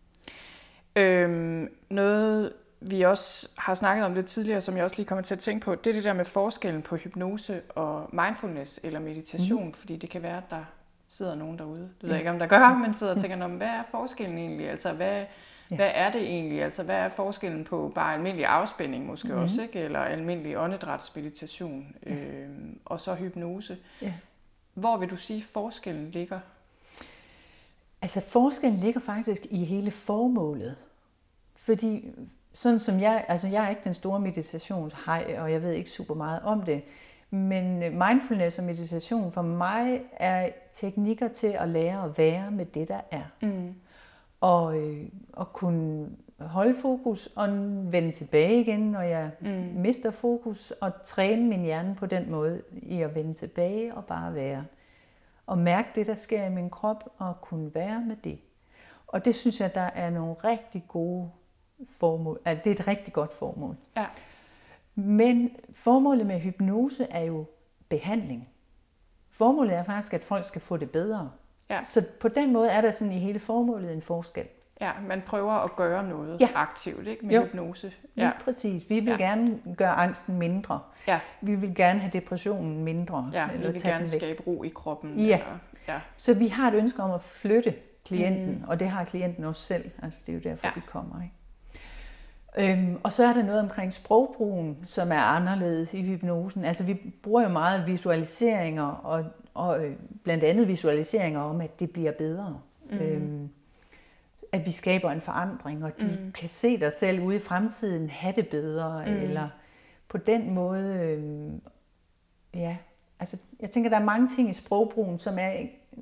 Øhm, noget... vi også har snakket om lidt tidligere, som jeg også lige kommer til at tænke på, det er det der med forskellen på hypnose og mindfulness eller meditation, mm. fordi det kan være, at der sidder nogen derude, det ved jeg ikke, om der gør, men sidder og tænker, hvad er forskellen egentlig? Altså, hvad, ja. hvad er det egentlig? Altså, hvad er forskellen på bare almindelig afspænding måske mm. også, ikke? Eller almindelig åndedrætsmeditation, ja. øhm, og så hypnose. Ja. Hvor vil du sige, forskellen ligger? Altså, forskellen ligger faktisk i hele formålet. Fordi sådan som jeg, altså jeg er ikke den store meditationshej, og jeg ved ikke super meget om det, men mindfulness og meditation for mig er teknikker til at lære at være med det, der er. Mm. Og, øh, og kunne holde fokus og vende tilbage igen, når jeg mm. mister fokus, og træne min hjerne på den måde i at vende tilbage og bare være. Og mærke det, der sker i min krop, og kunne være med det. Og det synes jeg, der er nogle rigtig gode formål. Altså, det er et rigtig godt formål. Ja. Men formålet med hypnose er jo behandling. Formålet er faktisk, at folk skal få det bedre. Ja. Så på den måde er der sådan i hele formålet en forskel. Ja, man prøver at gøre noget ja. aktivt, ikke, med jo. hypnose. Ja, ja, præcis. Vi vil ja. gerne gøre angsten mindre. Ja. Vi vil gerne have depressionen mindre. Ja, vi vil gerne skabe ro i kroppen. Ja. Eller, ja. Så vi har et ønske om at flytte klienten, mm. og det har klienten også selv. Altså, det er jo derfor, ja. de kommer, ikke? Øhm, og så er der noget omkring sprogbrugen, som er anderledes i hypnosen. Altså vi bruger jo meget visualiseringer, og, og øh, blandt andet visualiseringer om, at det bliver bedre. Mm. Øhm, at vi skaber en forandring, og du mm. kan se dig selv ude i fremtiden have det bedre, mm. eller på den måde, øh, ja, altså jeg tænker, der er mange ting i sprogbrugen, som er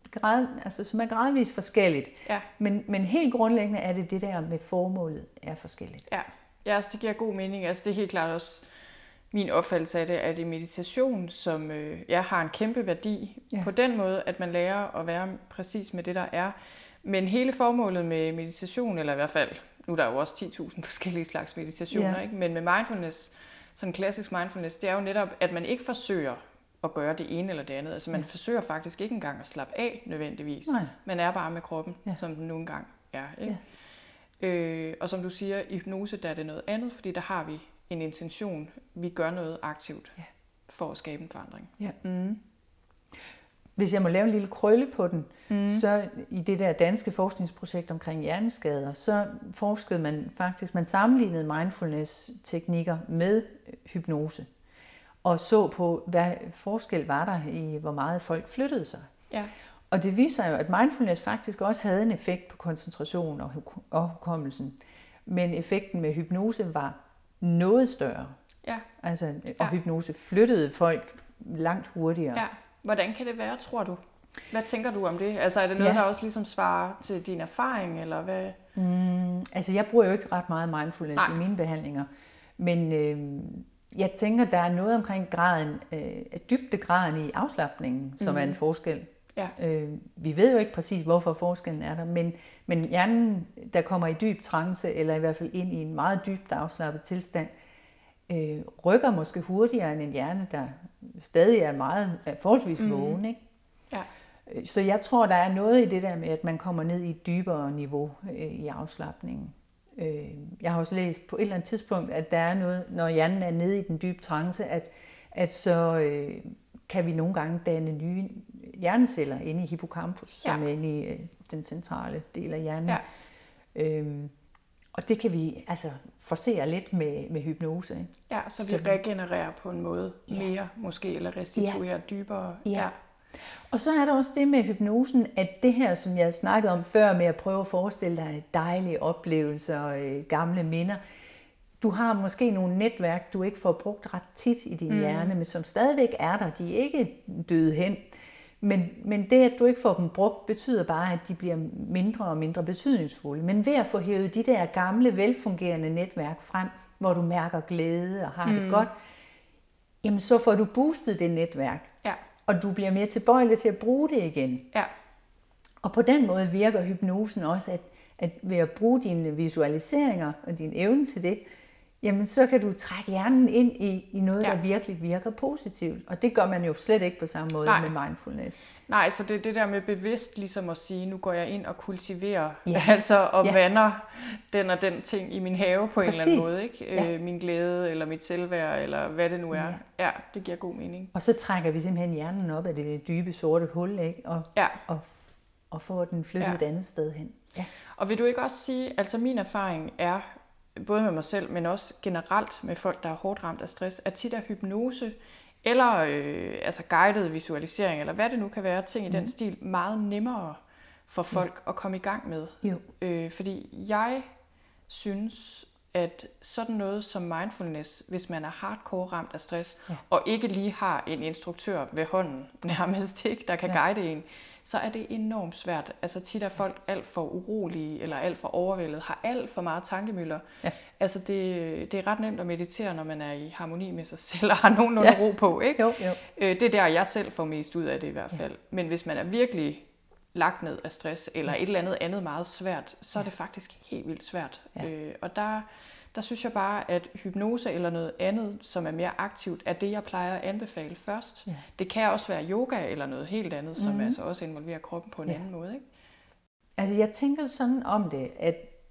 grad, altså, som er gradvist forskelligt. Ja. Men, men helt grundlæggende er det det der med formålet er forskelligt. Ja, ja altså, det giver god mening. Altså, det er helt klart også min opfattelse af det, at det er meditation, som øh, ja, har en kæmpe værdi ja. På den måde, at man lærer at være præcis med det, der er. Men hele formålet med meditation, eller i hvert fald, nu er der jo også ti tusind forskellige slags meditationer, ja. Ikke? Men med mindfulness, sådan klassisk mindfulness, det er jo netop, at man ikke forsøger at gøre det ene eller det andet. Altså man ja. Forsøger faktisk ikke engang at slappe af nødvendigvis. Nej. Man er bare med kroppen, ja. Som den nu engang er. Ikke? Ja. Øh, og som du siger, i hypnose, der er det noget andet, fordi der har vi en intention. Vi gør noget aktivt ja. For at skabe en forandring. Ja. Mm. Hvis jeg må lave en lille krølle på den, mm. så i det der danske forskningsprojekt omkring hjerneskader, så forskede man faktisk, man sammenlignede mindfulness-teknikker med hypnose, og så på, hvad forskel var der i, hvor meget folk flyttede sig. Ja. Og det viser jo, at mindfulness faktisk også havde en effekt på koncentration og hukommelsen, men effekten med hypnose var noget større. Ja. Altså, og ja. Hypnose flyttede folk langt hurtigere. Ja. Hvordan kan det være, tror du? Hvad tænker du om det? Altså er det noget, ja. Der også ligesom svarer til din erfaring, eller hvad? Mm, altså jeg bruger jo ikke ret meget mindfulness Nej. I mine behandlinger, men øh, jeg tænker, der er noget omkring graden, øh, dybdegraden i afslapningen, som mm. er en forskel. Ja. Øh, vi ved jo ikke præcis, hvorfor forskellen er der, men, men hjernen, der kommer i dyb trance, eller i hvert fald ind i en meget dybt afslappet tilstand, øh, rykker måske hurtigere end en hjerne, der stadig er meget er forholdsvis mm. vågen. Ikke? Ja. Så jeg tror, der er noget i det der med, at man kommer ned i et dybere niveau øh, i afslapningen. Øh, jeg har også læst på et eller andet tidspunkt, at der er noget, når hjernen er nede i den dybe trance, at, at så øh, kan vi nogle gange danne nye hjerneceller inde i hippocampus, ja. Som er inde i øh, den centrale del af hjernen. Ja. Øh, Og det kan vi altså forsere lidt med, med hypnose. Ikke? Ja, så vi regenererer på en måde ja. Mere måske, eller restituerer ja. Dybere. Ja. Ja. Og så er der også det med hypnosen, at det her, som jeg snakkede om før, med at prøve at forestille dig dejlige oplevelser og øh, gamle minder. Du har måske nogle netværk, du ikke får brugt ret tit i din mm. hjerne, men som stadigvæk er der. De er ikke døde hen. Men, men det, at du ikke får dem brugt, betyder bare, at de bliver mindre og mindre betydningsfulde. Men ved at få hævet de der gamle, velfungerende netværk frem, hvor du mærker glæde og har mm. det godt, jamen så får du boostet det netværk. Ja. Og du bliver mere tilbøjelig til at bruge det igen. Ja. Og på den måde virker hypnosen også, at, at ved at bruge dine visualiseringer og din evne til det, jamen så kan du trække hjernen ind i, i noget, ja. Der virkelig virker positivt. Og det gør man jo slet ikke på samme måde Nej. Med mindfulness. Nej, så det er det der med bevidst ligesom at sige, nu går jeg ind og kultiverer, ja. Altså og ja. Vander den og den ting i min have på Præcis. En eller anden måde. Ikke? Ja. Min glæde eller mit selvværd eller hvad det nu er. Ja. Ja, det giver god mening. Og så trækker vi simpelthen hjernen op af det dybe sorte hul, ikke? Og, ja. og, og får den flyttet ja. Et andet sted hen. Ja. Og vil du ikke også sige, altså min erfaring er, både med mig selv, men også generelt med folk, der er hårdt ramt af stress, at tit er hypnose eller øh, altså guided visualisering, eller hvad det nu kan være, ting i mm. den stil, meget nemmere for folk ja. At komme i gang med. Øh, fordi jeg synes, at sådan noget som mindfulness, hvis man er hardcore ramt af stress, ja. Og ikke lige har en instruktør ved hånden, nærmest ikke, der kan ja. Guide en, så er det enormt svært. Altså tit er folk alt for urolige, eller alt for overvældet, har alt for meget tankemøller. Ja. Altså det, det er ret nemt at meditere, når man er i harmoni med sig selv, og har nogenlunde ja. Ro på, ikke? Jo, jo. Det er der, jeg selv får mest ud af det i hvert fald. Ja. Men hvis man er virkelig lagt ned af stress, eller et eller andet andet meget svært, så er det faktisk helt vildt svært. Ja. Øh, og der, der synes jeg bare, at hypnose eller noget andet, som er mere aktivt, er det, jeg plejer at anbefale først. Ja. Det kan også være yoga eller noget helt andet, som mm. altså også involverer kroppen på en ja. Anden måde. Ikke? Altså jeg tænker sådan om det, at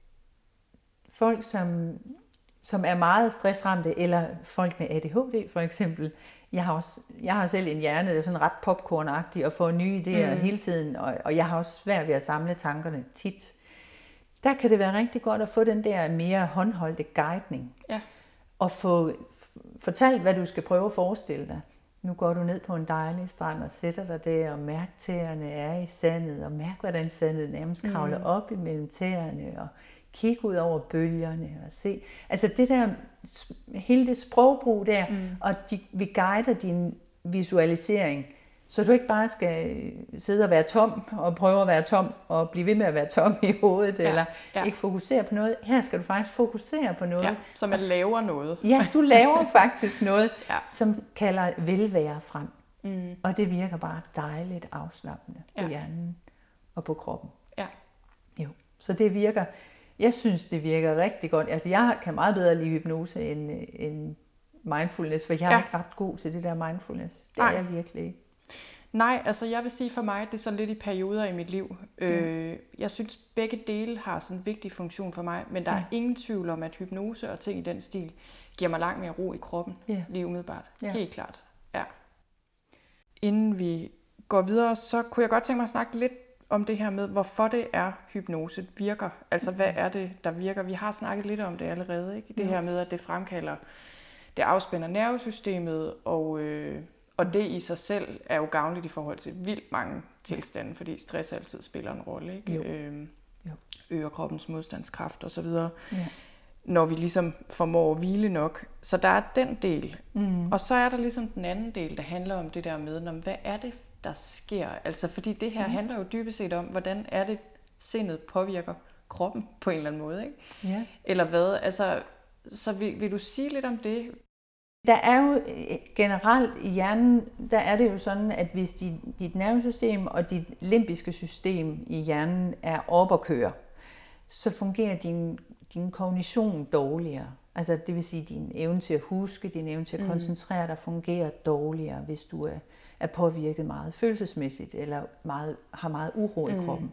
folk, som, som er meget stressramte, eller folk med A D H D for eksempel, jeg har, også, jeg har selv en hjerne, der er sådan ret popcornagtig og får nye idéer mm. hele tiden, og, og jeg har også svært ved at samle tankerne tit. Der kan det være rigtig godt at få den der mere håndholdte guidning. Ja. Og få fortalt, hvad du skal prøve at forestille dig. Nu går du ned på en dejlig strand og sætter dig der, og mærk tæerne er i sandet, og mærk, hvordan sandet nærmest kravler mm. op imellem tæerne, og kig ud over bølgerne og se. Altså det der, hele det sprogbrug der, mm. og de, vi guider din visualisering Så du ikke bare skal sidde og være tom, og prøve at være tom, og blive ved med at være tom i hovedet, ja, eller ja. ikke fokusere på noget. Her skal du faktisk fokusere på noget. Ja, så man laver noget. Ja, du laver faktisk noget, ja. som kalder velvære frem. Mm. Og det virker bare dejligt afslappende på ja. hjernen og på kroppen. Ja. Jo, så det virker, jeg synes det virker rigtig godt. Altså jeg kan meget bedre lide hypnose end, end mindfulness, for jeg er ja. ikke ret god til det der mindfulness. Det Nej. er jeg virkelig ikke. Nej, altså jeg vil sige for mig, det er sådan lidt i perioder i mit liv. Ja. Øh, jeg synes begge dele har sådan en vigtig funktion for mig, men der ja. er ingen tvivl om, at hypnose og ting i den stil giver mig langt mere ro i kroppen, ja. lige umiddelbart. Ja. Helt klart. Ja. Inden vi går videre, så kunne jeg godt tænke mig at snakke lidt om det her med, hvorfor det er, hypnose virker. Altså, hvad er det, der virker? Vi har snakket lidt om det allerede, ikke? Det ja. her med, at det fremkalder, det afspænder nervesystemet, og, øh, og det i sig selv er jo gavnligt i forhold til vildt mange tilstande, fordi stress altid spiller en rolle, ikke? Jo. Øh, jo. Øger kroppens modstandskraft og så videre. Ja. Når vi ligesom formår at hvile nok. Så der er den del. Mm. Og så er der ligesom den anden del, der handler om det der med, hvad er det, der sker? Altså fordi det her mm. handler jo dybest set om, hvordan er det, sindet påvirker kroppen på en eller anden måde, ikke? Ja. Eller hvad? Altså, så vil, vil du sige lidt om det? Der er jo generelt i hjernen, der er det jo sådan, at hvis dit, dit nervesystem og dit limbiske system i hjernen er op at køre, så fungerer din din kognition dårligere. Altså det vil sige, din evne til at huske, din evne til at koncentrere dig fungerer dårligere, hvis du er, er påvirket meget følelsesmæssigt, eller meget, har meget uro i mm. kroppen.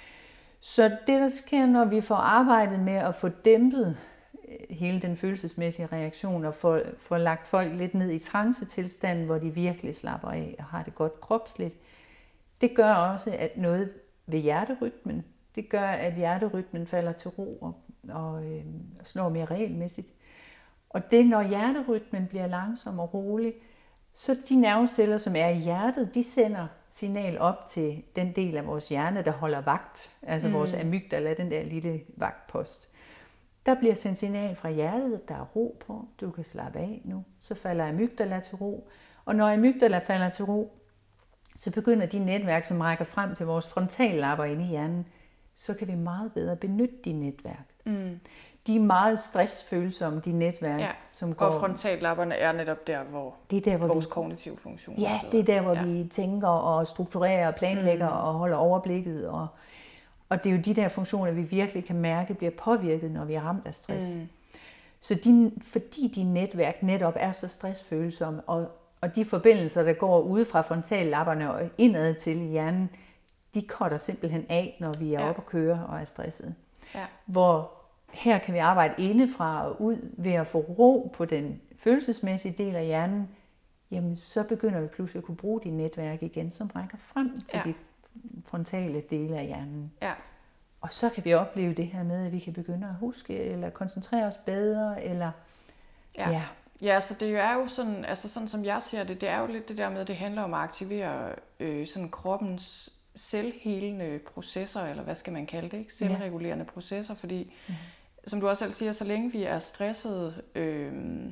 Så det, der sker, når vi får arbejdet med at få dæmpet hele den følelsesmæssige reaktion, og få, få lagt folk lidt ned i trancetilstanden, hvor de virkelig slapper af og har det godt kropsligt, det gør også, at noget ved hjerterytmen, det gør, at hjerterytmen falder til ro og og øh, slår mere regelmæssigt. Og det, når hjerterytmen bliver langsom og rolig, så de nerveceller, som er i hjertet, de sender signal op til den del af vores hjerne, der holder vagt, altså mm. vores amygdala, den der lille vagtpost. Der bliver sendt signal fra hjertet, der er ro på, du kan slappe af nu. Så falder amygdala til ro, og når amygdala falder til ro, så begynder de netværk, som rækker frem til vores frontallapper inde i hjernen, så kan vi meget bedre benytte de netværk. Mm. De er meget stressfølsomme, de netværk, ja. som går... Og frontallapperne er netop der, hvor, det er der, hvor vores vi... kognitive funktion Ja, sidder. det er der, hvor ja. vi tænker og strukturerer og planlægger mm. og holder overblikket. Og, og det er jo de der funktioner, vi virkelig kan mærke bliver påvirket, når vi er ramt af stress. Mm. Så de, fordi de netværk netop er så stressfølsomme, og, og de forbindelser, der går ude fra frontallapperne og indad til hjernen, de cutter simpelthen af, når vi er ja. oppe at køre og er stresset. Ja. Hvor her kan vi arbejde indefra og ud ved at få ro på den følelsesmæssige del af hjernen. Jamen, så begynder vi pludselig at kunne bruge de netværk igen, som rækker frem til ja. de frontale dele af hjernen. Ja. Og så kan vi opleve det her med, at vi kan begynde at huske, eller koncentrere os bedre, eller... Ja. ja. Ja, så det er jo sådan, altså sådan som jeg ser det, det er jo lidt det der med, at det handler om at aktivere øh, sådan kroppens selvhelende processer, eller hvad skal man kalde det, ikke? Selvregulerende ja. processer, fordi, ja. som du også selv siger, så længe vi er stressede, øh,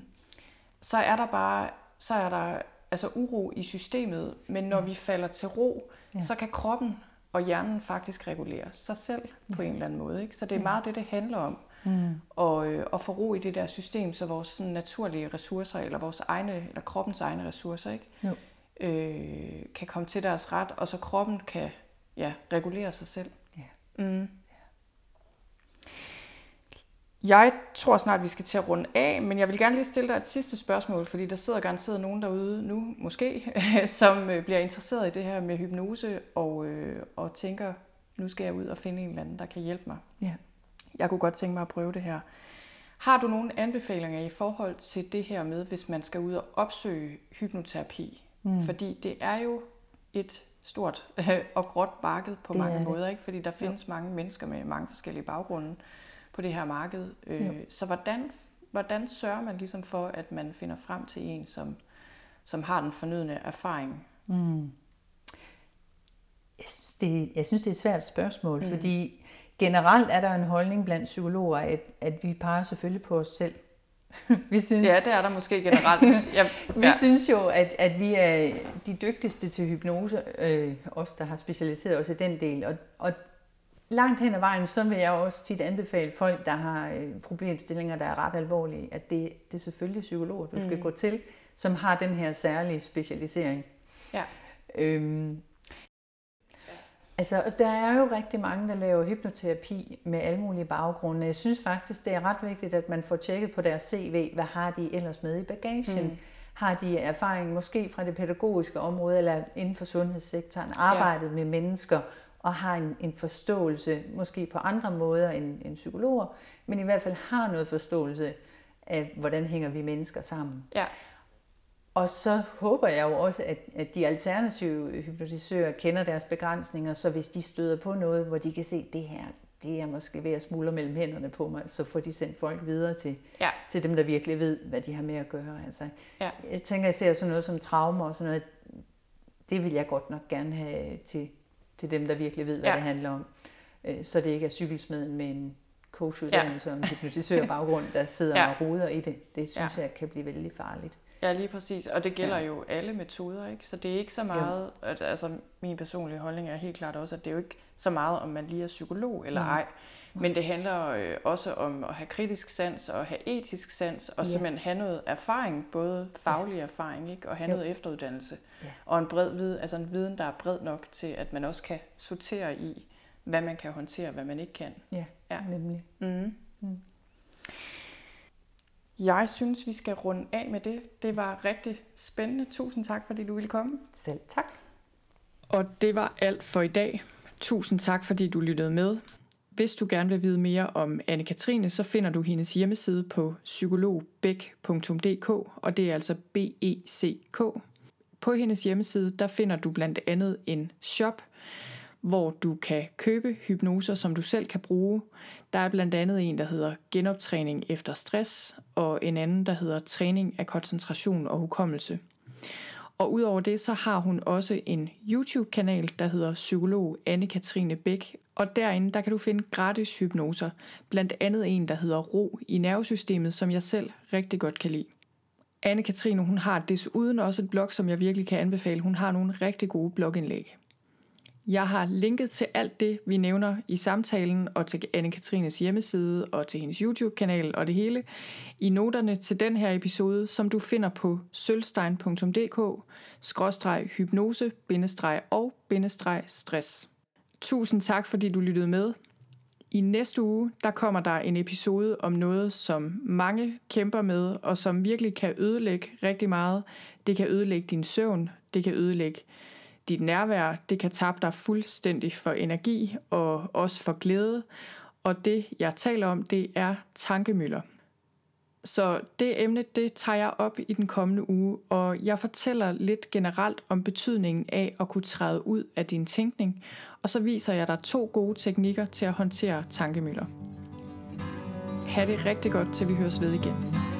så er der bare, så er der altså uro i systemet, men når ja. vi falder til ro, ja. så kan kroppen og hjernen faktisk regulere sig selv ja. på en eller anden måde, ikke? Så det er meget det, det handler om, mm. og, øh, at få ro i det der system, så vores sådan, naturlige ressourcer, eller vores egne, eller kroppens egne ressourcer, ikke? Jo. Øh, kan komme til deres ret, og så kroppen kan ja, regulere sig selv. Ja. Mm. Ja. Jeg tror snart, vi skal til at runde af, men jeg vil gerne lige stille dig et sidste spørgsmål, fordi der sidder garanteret nogen derude nu, måske, som bliver interesseret i det her med hypnose, og, øh, og tænker, nu skal jeg ud og finde en eller anden, der kan hjælpe mig. Ja. Jeg kunne godt tænke mig at prøve det her. Har du nogle anbefalinger i forhold til det her med, hvis man skal ud og opsøge hypnoterapi? Mm. Fordi det er jo et stort og gråt marked på det mange måder, ikke? Fordi der findes jo. mange mennesker med mange forskellige baggrunde på det her marked. Jo. Så hvordan, hvordan sørger man ligesom for, at man finder frem til en, som, som har den fornødne erfaring? Mm. Jeg, synes, det, jeg synes, det er et svært spørgsmål, mm. fordi generelt er der en holdning blandt psykologer, at, at vi peger selvfølgelig på os selv. vi synes, ja, det er der måske generelt. Ja, vi ja. synes jo, at, at vi er de dygtigste til hypnose, øh, os der har specialiseret os i den del. Og, og langt hen ad vejen, så vil jeg også tit anbefale folk, der har øh, problemstillinger, der er ret alvorlige, at det, det er selvfølgelig psykologer, du skal mm. gå til, som har den her særlige specialisering. Ja. Øhm, Altså, der er jo rigtig mange, der laver hypnoterapi med alle mulige baggrunde. Jeg synes faktisk, det er ret vigtigt, at man får tjekket på deres C V, hvad har de ellers med i bagagen? Mm. Har de erfaring måske fra det pædagogiske område eller inden for sundhedssektoren, arbejdet ja. med mennesker og har en, en forståelse, måske på andre måder end, end psykologer, men i hvert fald har noget forståelse af, hvordan hænger vi mennesker sammen. Ja. Og så håber jeg jo også, at, at de alternative hypnotisører kender deres begrænsninger, så hvis de støder på noget, hvor de kan se, det her, det er måske ved at smuldre mellem hænderne på mig, så får de sendt folk videre til, ja. til dem, der virkelig ved, hvad de har med at gøre. Altså, ja. Jeg tænker, jeg ser sådan noget som traumer og sådan noget, det vil jeg godt nok gerne have til, til dem, der virkelig ved, hvad ja. det handler om. Så det ikke er cykelsmeden med en coachuddannelse ja. og en hypnotisør-baggrund, der sidder ja. og roder i det. Det synes ja. jeg kan blive vældig farligt. Ja, lige præcis. Og det gælder ja. jo alle metoder, ikke? Så det er ikke så meget, at, altså min personlige holdning er helt klart også, at det er jo ikke så meget, om man lige er psykolog eller ej. Men det handler øh, også om at have kritisk sans og have etisk sans, og ja. simpelthen have noget erfaring, både faglig erfaring, ikke? Og have jo. noget efteruddannelse. Ja. Og en bred viden, altså en viden, der er bred nok til, at man også kan sortere i, hvad man kan håndtere, hvad man ikke kan. Ja, ja. nemlig. Mm. Mm. Jeg synes, vi skal runde af med det. Det var rigtig spændende. Tusind tak, fordi du ville komme. Selv tak. Og det var alt for i dag. Tusind tak, fordi du lyttede med. Hvis du gerne vil vide mere om Anne-Cathrine, så finder du hendes hjemmeside på psykolog bæk punktum d k, og det er altså B E C K. På hendes hjemmeside, der finder du blandt andet en shop, hvor du kan købe hypnoser, som du selv kan bruge. Der er blandt andet en, der hedder genoptræning efter stress, og en anden, der hedder træning af koncentration og hukommelse. Og udover det, så har hun også en YouTube-kanal, der hedder Psykolog Anne-Cathrine Bæk, og derinde, der kan du finde gratis hypnoser, blandt andet en, der hedder Ro i nervesystemet, som jeg selv rigtig godt kan lide. Anne-Cathrine, hun har desuden også et blog, som jeg virkelig kan anbefale. Hun har nogle rigtig gode blogindlæg. Jeg har linket til alt det, vi nævner i samtalen, og til Anne-Cathrines hjemmeside, og til hendes YouTube-kanal og det hele, i noterne til den her episode, som du finder på sølvstein punktum d k skråstreg hypnose bindestreg og bindestreg stress. Tusind tak, fordi du lyttede med. I næste uge, der kommer der en episode om noget, som mange kæmper med, og som virkelig kan ødelægge rigtig meget. Det kan ødelægge din søvn, det kan ødelægge dit nærvær, det kan tabe dig fuldstændig for energi og også for glæde. Og det, jeg taler om, det er tankemøller. Så det emne, det tager jeg op i den kommende uge, og jeg fortæller lidt generelt om betydningen af at kunne træde ud af din tænkning, og så viser jeg dig to gode teknikker til at håndtere tankemøller. Ha' det rigtig godt, til vi høres ved igen.